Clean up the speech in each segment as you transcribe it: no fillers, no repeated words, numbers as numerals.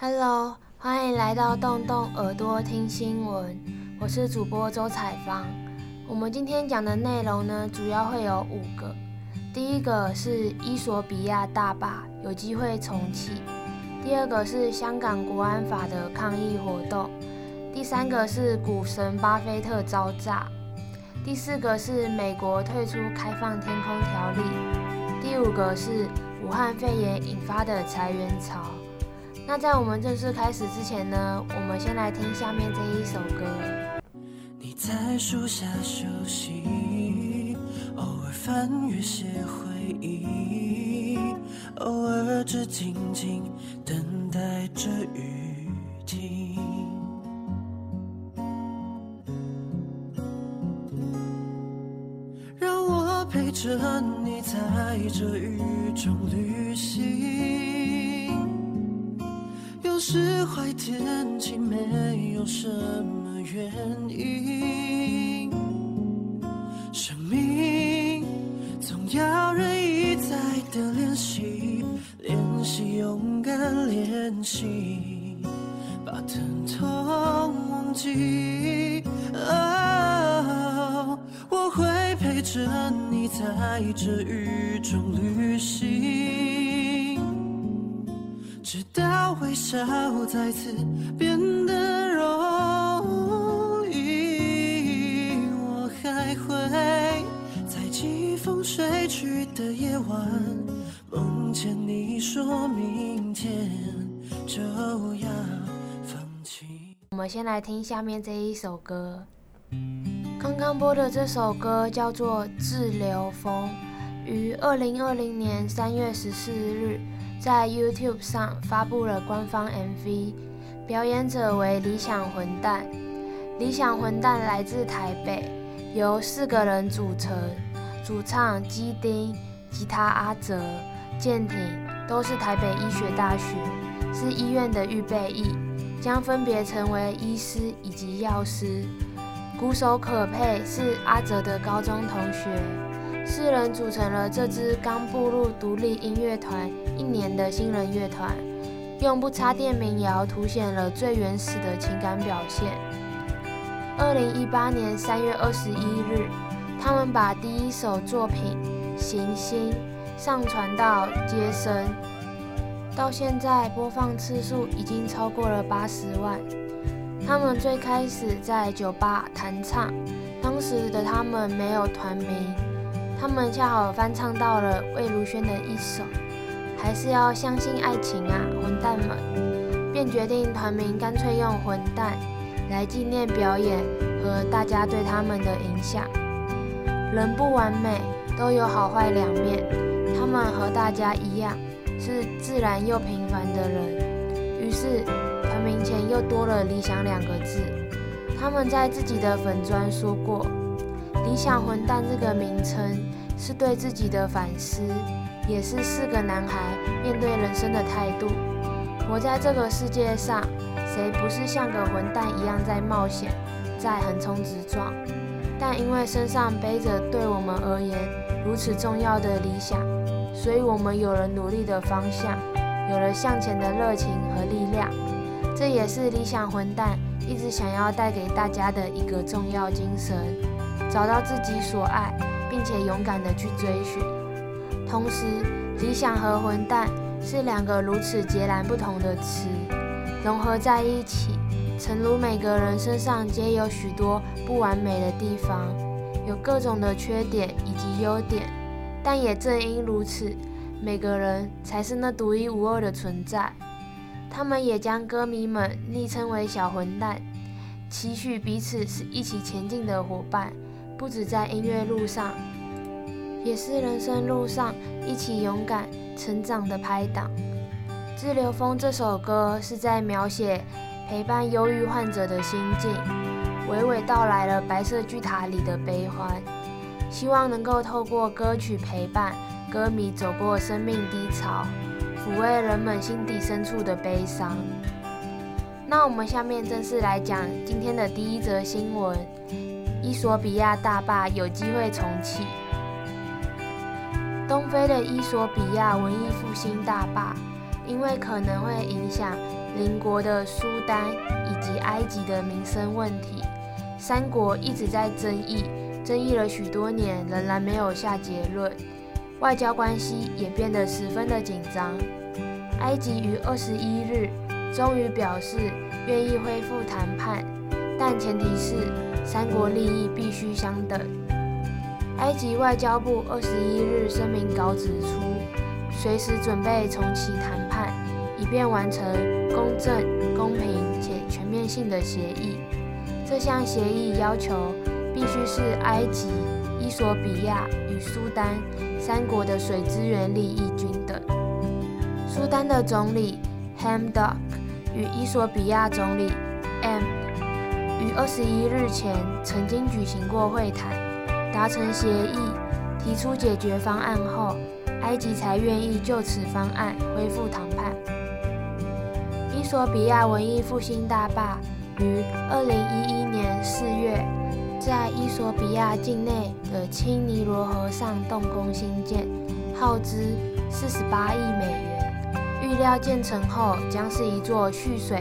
Hello， 欢迎来到动动耳朵听新闻，我是主播周彩芳。我们今天讲的内容呢，主要会有5个。第一个是伊索比亚大坝有机会重启，第二个是香港国安法的抗议活动，第3个是股神巴菲特招诈，第4个是美国退出开放天空条例，第5个是武汉肺炎引发的裁员潮。那在我们正式开始之前呢，我们先来听下面这一首歌。 你在树下休息，偶尔翻阅些回忆，偶尔只静静等待着雨停。让我陪着你在这雨中旅行，有时坏天气没有什么原因，生命总要人一再的练习，练习勇敢，练习把疼痛忘记。我会陪着你在这雨中旅行，直到微笑再次变得容易。我还会在季风吹去的夜晚，梦见你说明天就要放弃。 我们先来听下面这一首歌。刚刚播的这首歌叫做《滞留风》，于2020年3月14日在 YouTube 上发布了官方 MV， 表演者为理想混蛋。理想混蛋来自台北，由4个人组成，主唱基丁、吉他阿哲、健庭都是台北医学大学，是医院的预备役，将分别成为医师以及药师。鼓手可佩是阿哲的高中同学，4人组成了这支刚步入独立音乐团1年的新人乐团，用不插电民谣凸显了最原始的情感表现。2018年3月21日，他们把第一首作品《行星》上传到街声，到现在播放次数已经超过了80万。他们最开始在酒吧弹唱，当时的他们没有团名，他们恰好翻唱到了魏如萱的一首《还是要相信爱情啊，混蛋们》，便决定团名干脆用混蛋来纪念表演和大家对他们的影响。人不完美，都有好坏两面，他们和大家一样，是自然又平凡的人。于是团名前又多了理想2个字。他们在自己的粉专说过，理想混蛋这个名称是对自己的反思，也是4个男孩面对人生的态度。活在这个世界上，谁不是像个混蛋一样在冒险，在横冲直撞？但因为身上背着对我们而言如此重要的理想，所以我们有了努力的方向，有了向前的热情和力量。这也是理想混蛋一直想要带给大家的一个重要精神，找到自己所爱，并且勇敢地去追寻。同时，理想和混蛋是2个如此截然不同的词，融合在一起，诚如每个人身上皆有许多不完美的地方，有各种的缺点以及优点，但也正因如此，每个人才是那独一无二的存在。他们也将歌迷们昵称为小混蛋，期许彼此是一起前进的伙伴，不止在音乐路上，也是人生路上一起勇敢成长的拍档。《滞留风》这首歌是在描写陪伴忧郁患者的心境，娓娓道来了白色巨塔里的悲欢，希望能够透过歌曲陪伴歌迷走过生命低潮，抚慰人们心底深处的悲伤。那我们下面正式来讲今天的第一则新闻：伊索比亚大坝有机会重启。东非的伊索比亚文艺复兴大坝，因为可能会影响邻国的苏丹以及埃及的民生问题。三国一直在争议了许多年，仍然没有下结论，外交关系也变得十分的紧张。埃及于21日终于表示愿意恢复谈判，但前提是三国利益必须相等。埃及外交部21日声明稿指出，随时准备重启谈判，以便完成公正、公平且全面性的协议。这项协议要求必须是埃及、伊索比亚与苏丹三国的水资源利益均等。苏丹的总理 Hamdok 与伊索比亚总理 M 于21日前曾经举行过会谈，达成协议，提出解决方案后，埃及才愿意就此方案恢复谈判。伊索比亚文艺复兴大坝于2011年4月在伊索比亚境内的青尼罗河上动工兴建，耗资48亿美元，预料建成后将是一座蓄水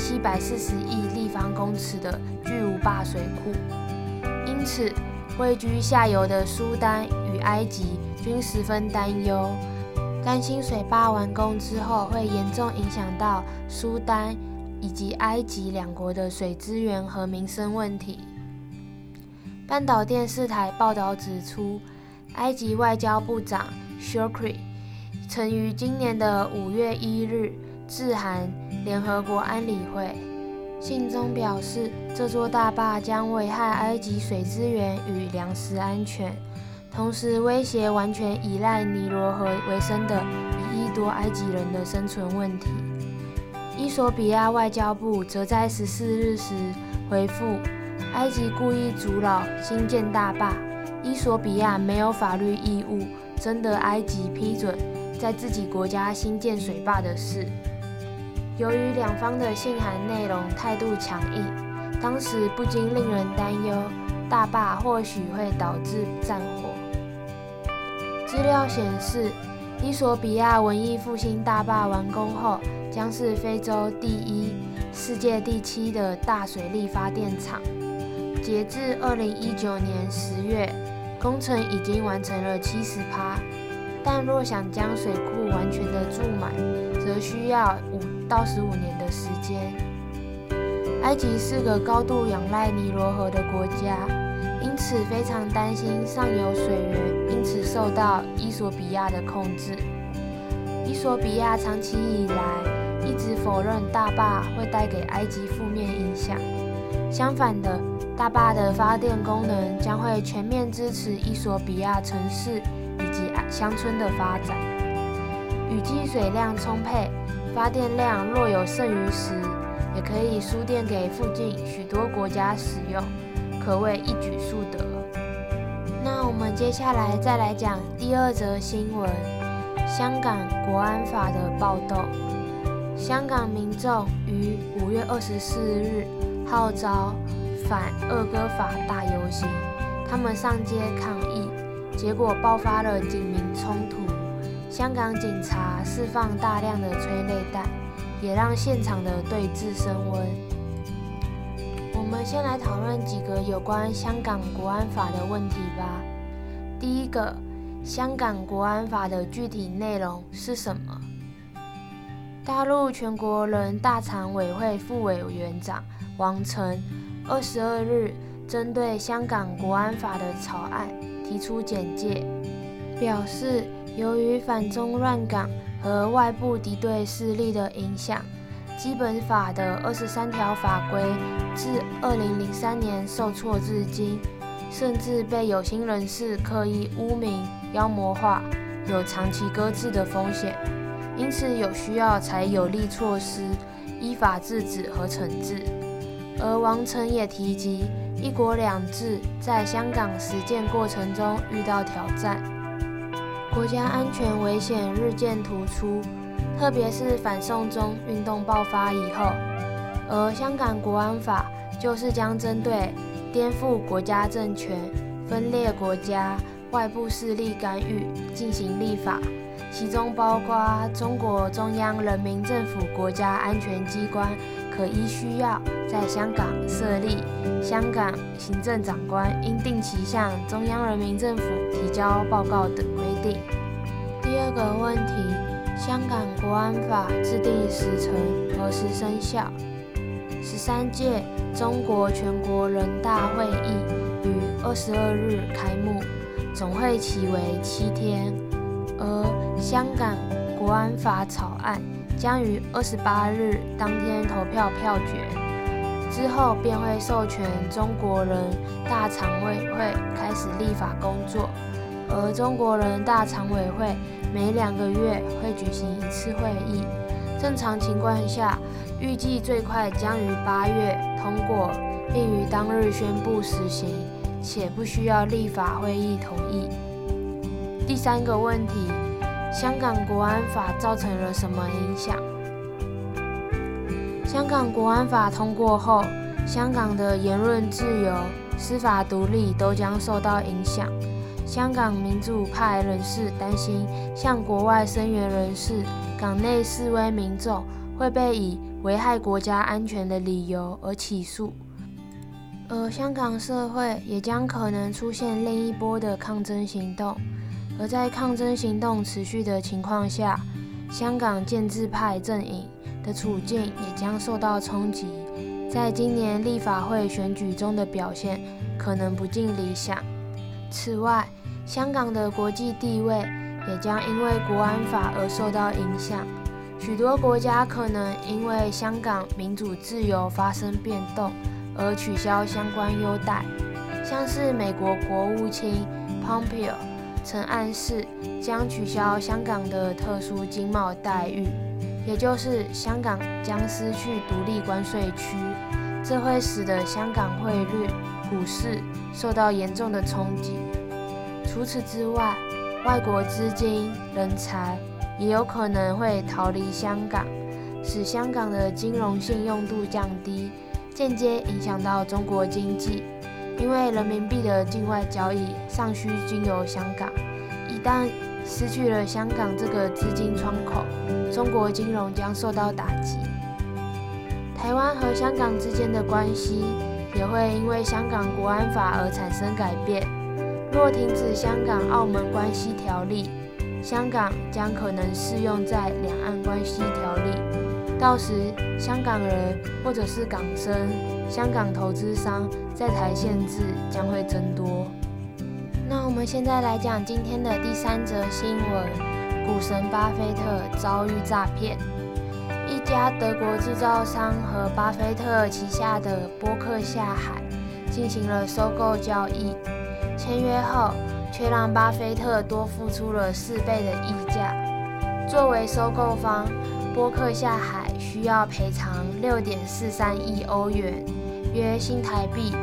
740亿立方公尺的巨无霸水库。因此，位居下游的苏丹与埃及均十分担忧，担心水坝完工之后会严重影响到苏丹以及埃及两国的水资源和民生问题。半岛电视台报道指出，埃及外交部长 Shukri 曾于今年的5月1日致函联合国安理会，信中表示，这座大坝将危害埃及水资源与粮食安全，同时威胁完全依赖尼罗河为生的1亿多埃及人的生存问题。伊索比亚外交部则在14日时回复，埃及故意阻扰兴建大坝，伊索比亚没有法律义务征得埃及批准在自己国家兴建水坝的事。由于两方的信函内容态度强硬，当时不禁令人担忧，大坝或许会导致战火。资料显示，伊索比亚文艺复兴大坝完工后，将是非洲第1、世界第7的大水力发电厂。截至2019年10月，工程已经完成了70%，但若想将水库完全的注满，则需要5到15年的时间。埃及是个高度仰赖尼罗河的国家，因此非常担心上游水源因此受到伊索比亚的控制。伊索比亚长期以来一直否认大坝会带给埃及负面影响，相反的，大坝的发电功能将会全面支持伊索比亚城市以及乡村的发展。雨季水量充沛，发电量若有剩余时，也可以输电给附近许多国家使用，可谓一举数得。那我们接下来再来讲第二则新闻：香港国安法的暴动。香港民众于5月24日号召反恶歌法大游行，他们上街抗议，结果爆发了警民冲突。香港警察释放大量的催泪弹，也让现场的对峙升温。我们先来讨论几个有关香港国安法的问题吧。第一个，香港国安法的具体内容是什么？大陆全国人大常委会副委员长王成22日针对香港国安法的草案提出简介，表示由于反中乱港和外部敌对势力的影响，基本法的23条法规自2003年受挫至今，甚至被有心人士刻意污名妖魔化，有长期搁置的风险，因此有需要才有力措施依法制止和惩治。而王成也提及一国两制在香港实践过程中遇到挑战，国家安全危险日渐突出，特别是反送中运动爆发以后，而香港国安法就是将针对颠覆国家政权、分裂国家、外部势力干预进行立法， 其中包括中国中央人民政府国家安全机关可依需要在香港设立香港行政长官应定期向中央人民政府提交报告等规定。第二个问题，香港国安法制定时程何时生效？13届中国全国人大会议于22日开幕，总会期为7天，而香港国安法草案将于28日当天投票票决，之后便会授权中国人大常委会开始立法工作，而中国人大常委会每2个月会举行1次会议，正常情况下预计最快将于8月通过，并于当日宣布实行，且不需要立法会议同意。第三个问题，香港国安法造成了什么影响？香港国安法通过后，香港的言论自由、司法独立都将受到影响。香港民主派人士担心，向国外声援人士、港内示威民众会被以危害国家安全的理由而起诉，而香港社会也将可能出现另一波的抗争行动。而在抗争行动持续的情况下，香港建制派阵营的处境也将受到冲击，在今年立法会选举中的表现可能不尽理想。此外，香港的国际地位也将因为国安法而受到影响，许多国家可能因为香港民主自由发生变动而取消相关优待，像是美国国务卿 Pompeo 曾暗示将取消香港的特殊经贸待遇，也就是香港将失去独立关税区，这会使得香港汇率、股市受到严重的冲击。除此之外，外国资金、人才也有可能会逃离香港，使香港的金融信用度降低，间接影响到中国经济。因为人民币的境外交易尚需经由香港，一旦失去了香港这个资金窗口，中国金融将受到打击。台湾和香港之间的关系也会因为香港国安法而产生改变。若停止香港澳门关系条例，香港将可能适用在两岸关系条例，到时香港人或者是港生、香港投资商在台限制将会增多。那我们现在来讲今天的第3则新闻：股神巴菲特遭遇诈骗。一家德国制造商和巴菲特旗下的波克夏海进行了收购交易，签约后却让巴菲特多付出了4倍的溢价。作为收购方，波克夏海需要赔偿6.43亿欧元，约新台币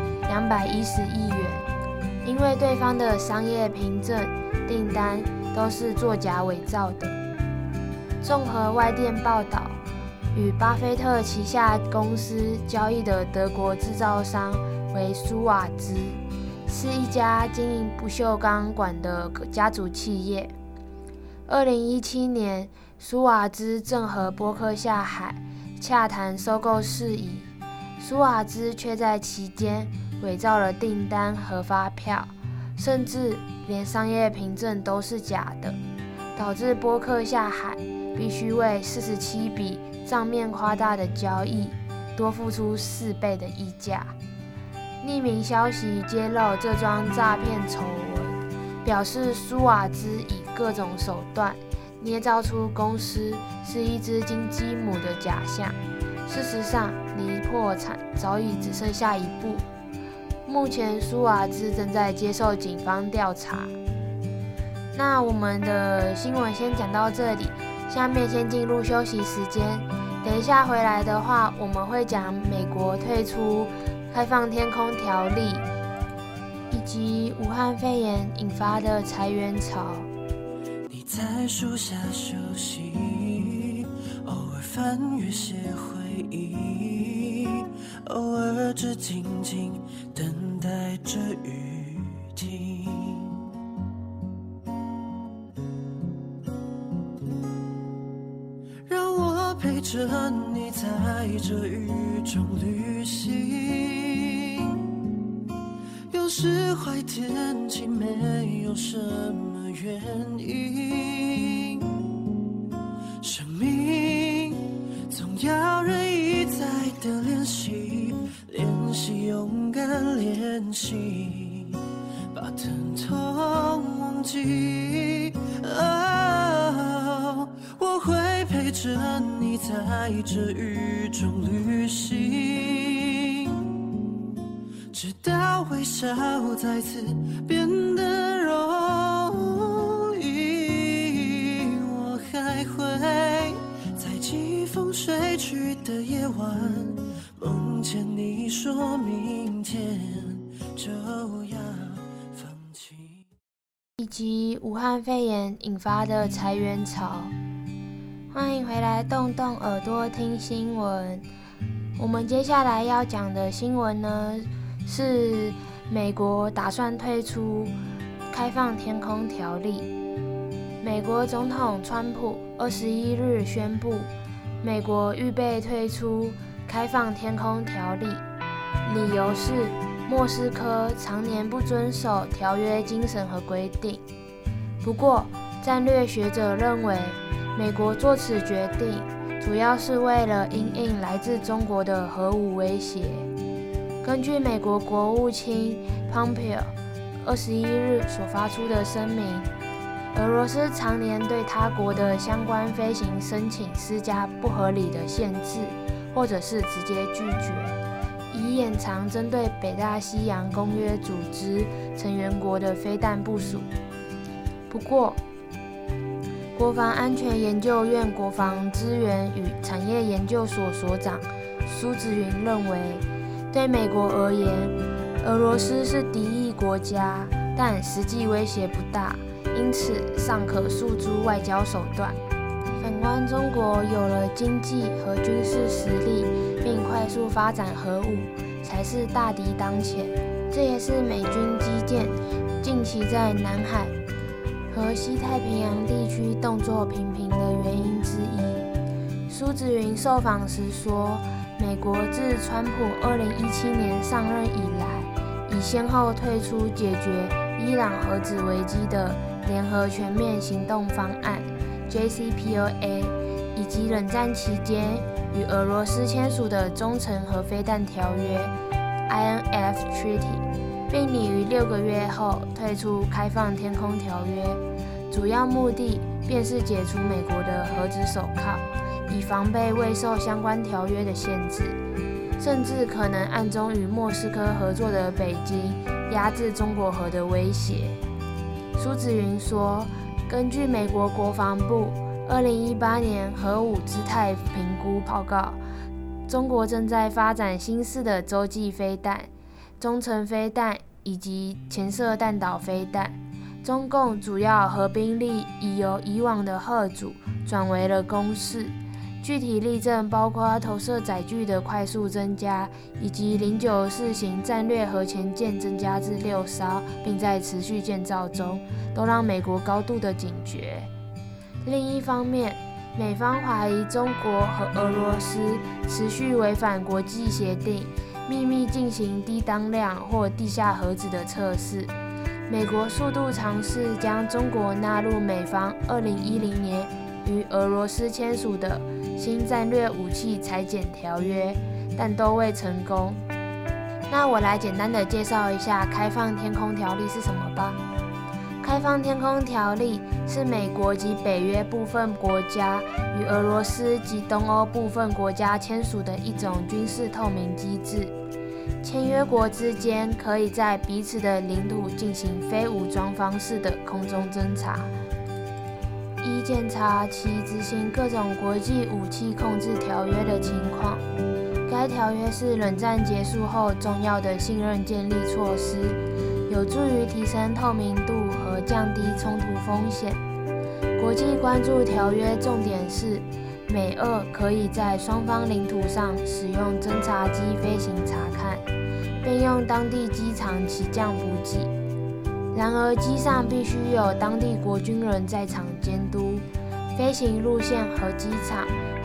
210亿元，因为对方的商业凭证、订单都是作假伪造的。综合外电报道，与巴菲特旗下公司交易的德国制造商为舒瓦兹，是一家经营不锈钢管的家族企业。2017年，舒瓦兹正和波克夏海洽谈收购事宜，舒瓦兹却在期间伪造了订单和发票，甚至连商业凭证都是假的，导致波克夏海必须为47笔账面夸大的交易多付出4倍的溢价。匿名消息揭露这桩诈骗丑闻，表示舒瓦兹以各种手段捏造出公司是一只金鸡母的假象，事实上离破产早已只剩下一步。目前舒瓦兹正在接受警方调查。那我们的新闻先讲到这里，下面先进入休息时间。等一下回来的话，我们会讲美国退出开放天空条例，以及武汉肺炎引发的裁员潮。 你在树下休息，偶尔翻阅些回忆，偶尔只静静等待着雨停。 着你在这雨中旅行。有时坏天气没有什么原因，生命总要人一再的练习，练习勇敢，练习把疼痛忘记。我会陪着你在这雨中旅行，直到微笑再次变得容易。我还会在季风吹去的夜晚，梦见你说明天就要放弃。 以及武汉肺炎引发的裁员潮。欢迎回来动动耳朵听新闻。我们接下来要讲的新闻呢，是美国打算推出开放天空条例。美国总统川普21日宣布，美国预备推出开放天空条例，理由是莫斯科常年不遵守条约精神和规定。不过，战略学者认为，美国做此决定主要是为了因应来自中国的核武威胁。根据美国国务卿 Pompeo 21日所发出的声明，俄罗斯常年对他国的相关飞行申请施加不合理的限制，或者是直接拒绝，以延长针对北大西洋公约组织成员国的飞弹部署。不过，国防安全研究院国防资源与产业研究所所长苏子云认为，对美国而言，俄罗斯是敌意国家，但实际威胁不大，因此尚可诉诸外交手段。反观中国有了经济和军事实力，并快速发展核武，才是大敌当前。这也是美军基建近期在南海和西太平洋地区动作频频的原因之一。苏子云受访时说，美国自川普2017年上任以来，已先后推出解决伊朗核子危机的联合全面行动方案 JCPOA， 以及冷战期间与俄罗斯签署的中程核飞弹条约 INF Treaty， 并拟于6个月后退出开放天空条约，主要目的便是解除美国的核子手铐，以防备未受相关条约的限制，甚至可能暗中与莫斯科合作的北京压制中国核的威胁。苏子云说，根据美国国防部2018年核武姿态评估报告，中国正在发展新式的洲际飞弹、中程飞弹以及潜射弹道飞弹。中共主要核兵力已由以往的核主转为了攻势，具体例证包括投射载具的快速增加，以及094型战略核潜舰增加至6艘，并在持续建造中，都让美国高度的警觉。另一方面，美方怀疑中国和俄罗斯持续违反国际协定，秘密进行低当量或地下核子的测试。美国数度尝试将中国纳入美方2010年与俄罗斯签署的新战略武器裁减条约，但都未成功。那我来简单的介绍一下开放天空条例是什么吧。开放天空条例是美国及北约部分国家与俄罗斯及东欧部分国家签署的一种军事透明机制。签约国之间可以在彼此的领土进行非武装方式的空中侦察，以检查其执行各种国际武器控制条约的情况。该条约是冷战结束后重要的信任建立措施，有助于提升透明度和降低冲突风险。国际关注条约重点是，美俄可以在双方领土上使用侦察机飞行查看，并用当地机场起降补给。然而，机上必须有当地国军人在场监督，飞行路线和机场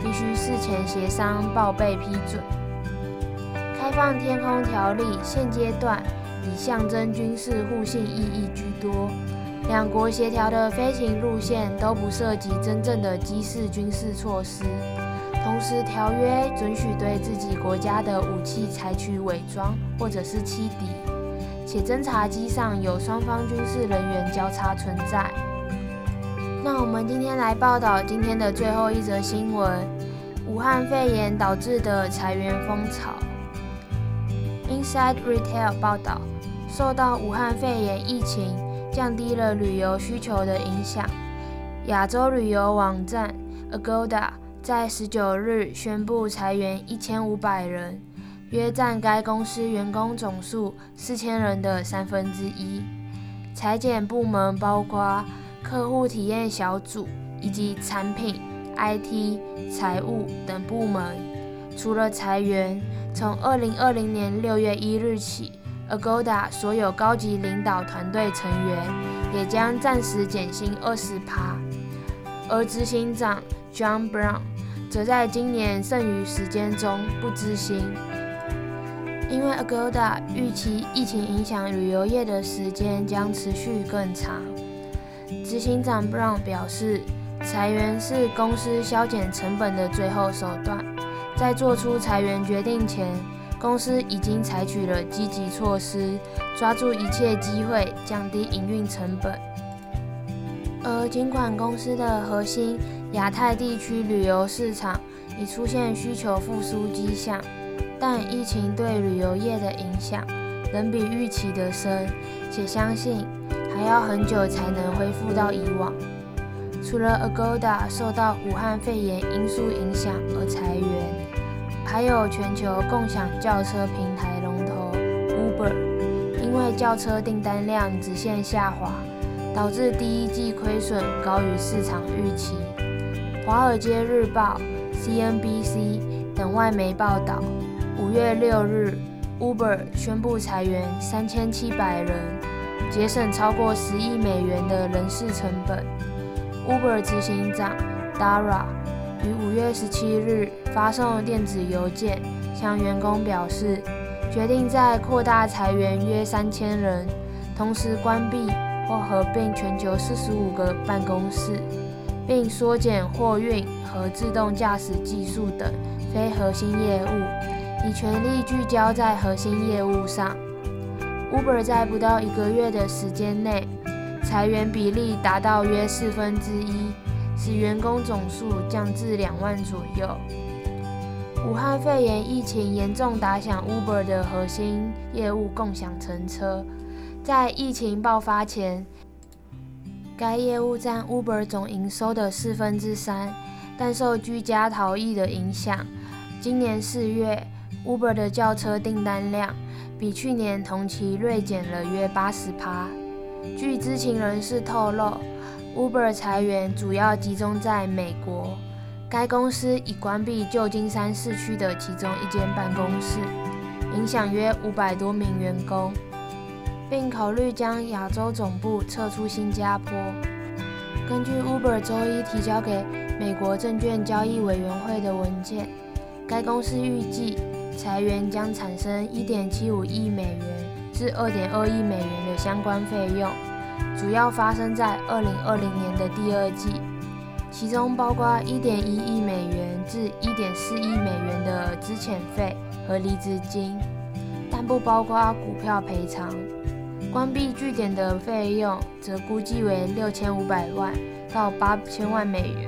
必须事前协商报备批准。开放天空条例现阶段以象征军事互信意义居多，两国协调的飞行路线都不涉及真正的机式军事措施。同时，条约准许对自己国家的武器采取伪装或者是欺敌，且侦察机上有双方军事人员交叉存在。那我们今天来报道今天的最后一则新闻：武汉肺炎导致的裁员风潮。Inside Retail 报道，受到武汉肺炎疫情降低了旅游需求的影响，亚洲旅游网站 Agoda 在19日宣布裁员1500人，约占该公司员工总数4000人的1/3。裁减部门包括客户体验小组以及产品、IT、财务等部门。除了裁员，从2020年6月1日起 ，Agoda 所有高级领导团队成员也将暂时减薪20%，而执行长 John Brown 则在今年剩余时间中不支薪。因为 Agoda 预期疫情影响旅游业的时间将持续更长，执行长 Brown 表示，裁员是公司削减成本的最后手段。在做出裁员决定前，公司已经采取了积极措施，抓住一切机会降低营运成本。而尽管公司的核心亚太地区旅游市场已出现需求复苏迹象，但疫情对旅游业的影响仍比预期的深，且相信还要很久才能恢复到以往。除了 Agoda 受到武汉肺炎因素影响而裁员，还有全球共享轿车平台龙头 Uber， 因为轿车订单量直线下滑，导致第一季亏损高于市场预期。华尔街日报、CNBC 等外媒报道，5月6日 Uber 宣布裁员3700人，节省超过10亿美元的人事成本。Uber 执行长 Dara 于5月17日发送电子邮件，向员工表示，决定在扩大裁员约3000人，同时关闭或合并全球45个办公室，并缩减货运和自动驾驶技术等非核心业务，以全力聚焦在核心业务上。Uber 在不到1个月的时间内，裁员比例达到约1/4，使员工总数降至2万左右。武汉肺炎疫情严重打响 Uber 的核心业务共享乘车。在疫情爆发前，该业务占 Uber 总营收的3/4，但受居家逃逸的影响，今年4月 Uber 的轿车订单量比去年同期锐减了约80%。据知情人士透露， Uber 裁员主要集中在美国，该公司已关闭旧金山市区的其中一间办公室，影响约500多名员工，并考虑将亚洲总部撤出新加坡。根据 Uber 周一提交给美国证券交易委员会的文件，该公司预计裁员将产生1.75亿美元至2.2亿美元的相关费用，主要发生在2020年的第2季，其中包括1.1亿美元至1.4亿美元的资遣费和离职金，但不包括股票赔偿。关闭据点的费用则估计为6500万到8000万美元。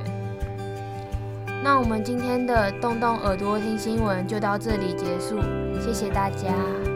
那我们今天的动动耳朵听新闻就到这里结束，谢谢大家。